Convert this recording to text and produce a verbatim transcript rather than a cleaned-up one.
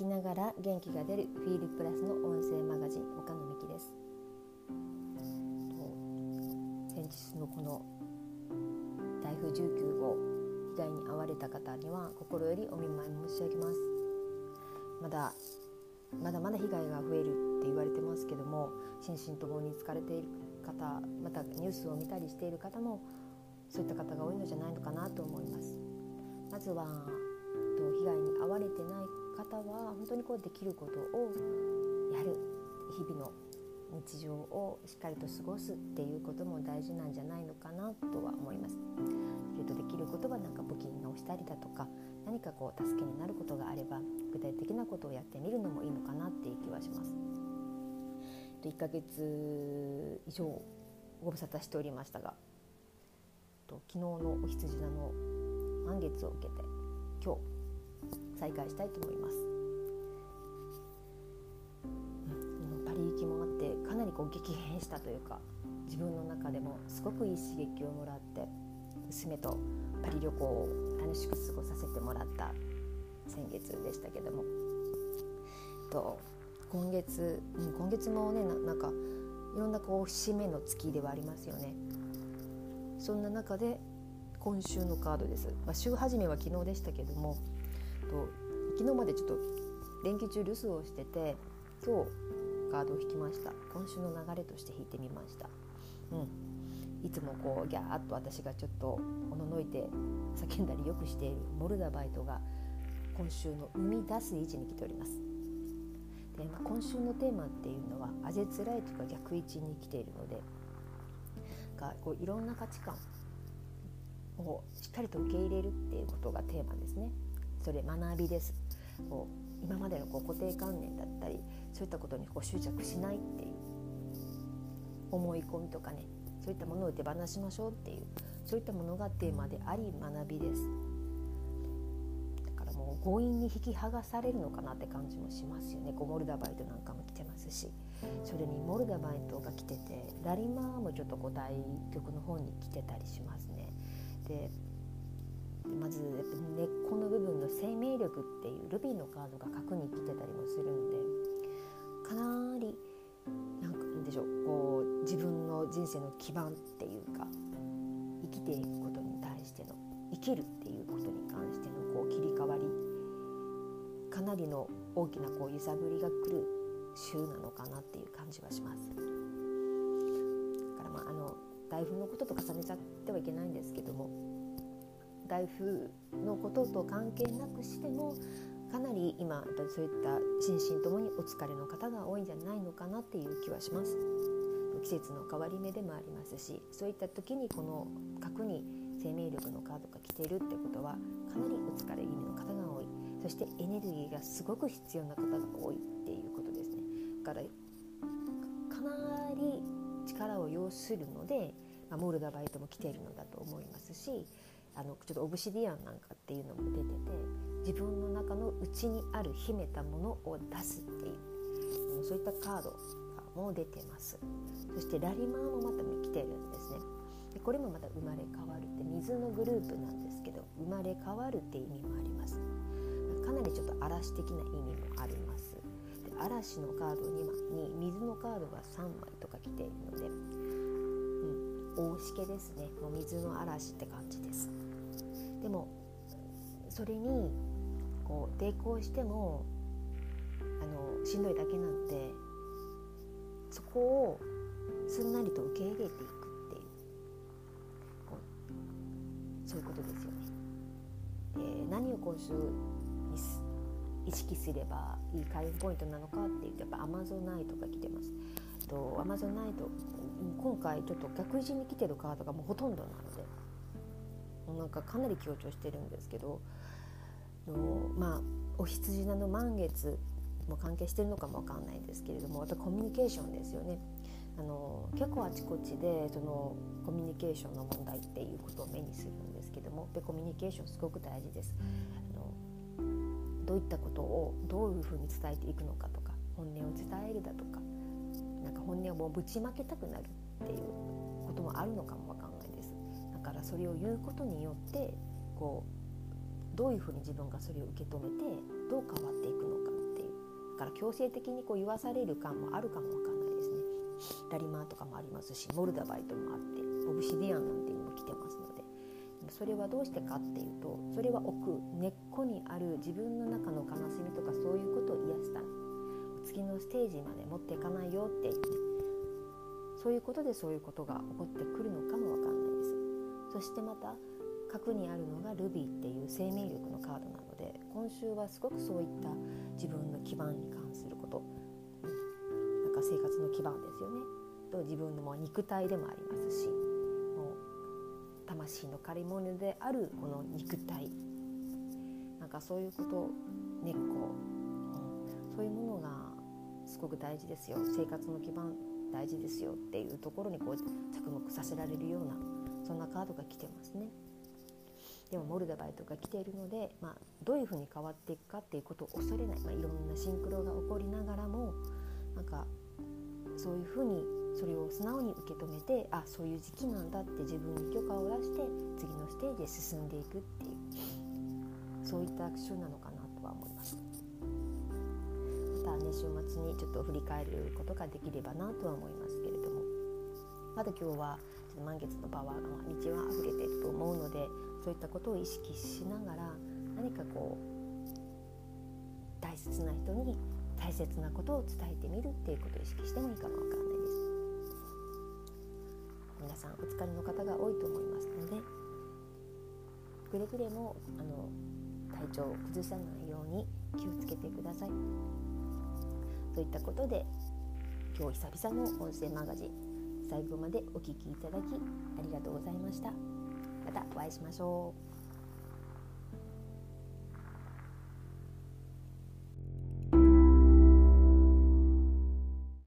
きながら元気が出るフィールプラスの音声マガジン岡野美希です。先日のこの台風じゅうきゅうごう被害に遭われた方には心よりお見舞い申し上げます。まだまだまだ被害が増えるって言われてますけども、心身ともに疲れている方、またニュースを見たりしている方もそういった方が多いのじゃないのかなと思います。まずは被害に遭われてない方は本当にこうできることをやる、日々の日常をしっかりと過ごすっていうことも大事なんじゃないのかなとは思います。それとできることはなんか募金をしたりだとか、何かこう助けになることがあれば具体的なことをやってみるのもいいのかなっていう気はします。いっかげつ以上ご無沙汰しておりましたが、昨日のお羊座の満月を受けて今日再開したいと思います。うん、パリ行きもあってかなりこう激変したというか、自分の中でもすごくいい刺激をもらって、娘とパリ旅行を楽しく過ごさせてもらった先月でしたけども、と今月、うん、今月もね な, なんかいろんなこう節目の月ではありますよね。そんな中で今週のカードです。まあ、週始めは昨日でしたけども、と昨日までちょっと連休中留守をしてて、今日カードを引きました。今週の流れとして引いてみました。うん、いつもこうギャーッと私がちょっとおののいて叫んだりよくしているモルダバイトが今週の生み出す位置に来ております。で、まあ、今週のテーマっていうのはあぜつらいとか逆位置に来ているので、がこういろんな価値観をしっかりと受け入れるっていうことがテーマですね。それ学びです。こう今までのこう固定観念だったり、そういったことにこう執着しないっていう思い込みとかね、そういったものを手放しましょうっていう、そういったものがテーマであり学びです。だからもう強引に引き剥がされるのかなって感じもしますよね。こうモルダバイトなんかも来てますし、それにモルダバイトが来ててラリマーもちょっとこう対極の方に来てたりしますね。でまずやっぱ根っこの部分の生命力っていうルビーのカードが角に来てたりもするので、かなりなんかなんでしょう、こう自分の人生の基盤っていうか、生きていくことに対しての、生きるっていうことに関してのこう切り替わり、かなりの大きなこう揺さぶりが来る週なのかなっていう感じはします。だからまああの台風のことと重ねちゃってはいけないんですけども、台風のことと関係なくしてもかなり今やっぱりそういった心身ともにお疲れの方が多いんじゃないのかなっていう気はします。季節の変わり目でもありますし、そういった時にこの角に生命力のカードが来ているってことは、かなりお疲れ気味の方が多い、そしてエネルギーがすごく必要な方が多いっていうことですね。だからかなり力を要するので、まあ、モルダバイトも来ているのだと思いますし、あのちょっとオブシディアンなんかっていうのも出てて、自分の中の内にある秘めたものを出すっていう、そういったカードも出てます。そしてラリマーもまた来てるんですね。でこれもまた生まれ変わるって水のグループなんですけど、生まれ変わるっていう意味もあります。かなりちょっと嵐的な意味もあります。で嵐のカードにまいに水のカードがさんまいとか来ているので、うん、大しけですね。もう水の嵐って感じです。でもそれにこう抵抗してもあのしんどいだけなので、そこをすんなりと受け入れていくっていう、こうそういうことですよね。で何を今週に意識すればいい開運ポイントなのかっていうと、やっぱアマゾナイトが来てます。とアマゾナイト今回ちょっと逆位置に来てるカードがもうほとんどなので、なんかかなり強調してるんですけど、のまあお羊座の満月も関係してるのかもわかんないんですけれども、やっぱコミュニケーションですよね。あの結構あちこちでそのコミュニケーションの問題っていうことを目にするんですけども、でコミュニケーションすごく大事です。あのどういったことをどういうふうに伝えていくのかとか、本音を伝えるだとか、なんか本音をもうぶちまけたくなるっていうこともあるのかもわかんないです。だからそれを言うことによってこうどういうふうに自分がそれを受け止めてどう変わっていくのかってから強制的にこう言わされる感もあるかもわかんないですね。ダリマーとかもありますし、モルダバイトもあって、オブシディアンなんていうのも来てますので、それはどうしてかっていうと、それは奥根っこにある自分の中の悲しみとかそういうことを癒すため、次のステージまで持っていかないよっていう、ね、そういうことでそういうことが起こってくるのかもわかんないです。そしてまた核にあるのがルビーっていう生命力のカードなので、今週はすごくそういった自分の基盤に関すること、なんか生活の基盤ですよねと、自分のもう肉体でもありますし、もう魂の借り物であるこの肉体、なんかそういうこと、根っこ、うん、そういうものがすごく大事ですよ、生活の基盤大事ですよっていうところにこう着目させられるような、そんなカードが来てますね。でもモルダバイトが来ているので、まあ、どういうふうに変わっていくかっていうことを恐れない、まあ、いろんなシンクロが起こりながらも、なんかそういうふうにそれを素直に受け止めて、あ、そういう時期なんだって自分に許可を出して次のステージへ進んでいくっていう、そういったアクションなのかなとは思います。またね、週末にちょっと振り返ることができればなとは思いますけれども、まだ今日はちょっと満月のパワーが満ちは溢れていると思うので、そういったことを意識しながら、何かこう大切な人に大切なことを伝えてみるっていうことを意識してもいいかもわからないです。皆さんお疲れの方が多いと思いますので、くれぐれもあの体調を崩さないように気をつけてください。そういったことで、今日久々の音声マガジン、最後までお聞きいただきありがとうございました。またお会いしましょう。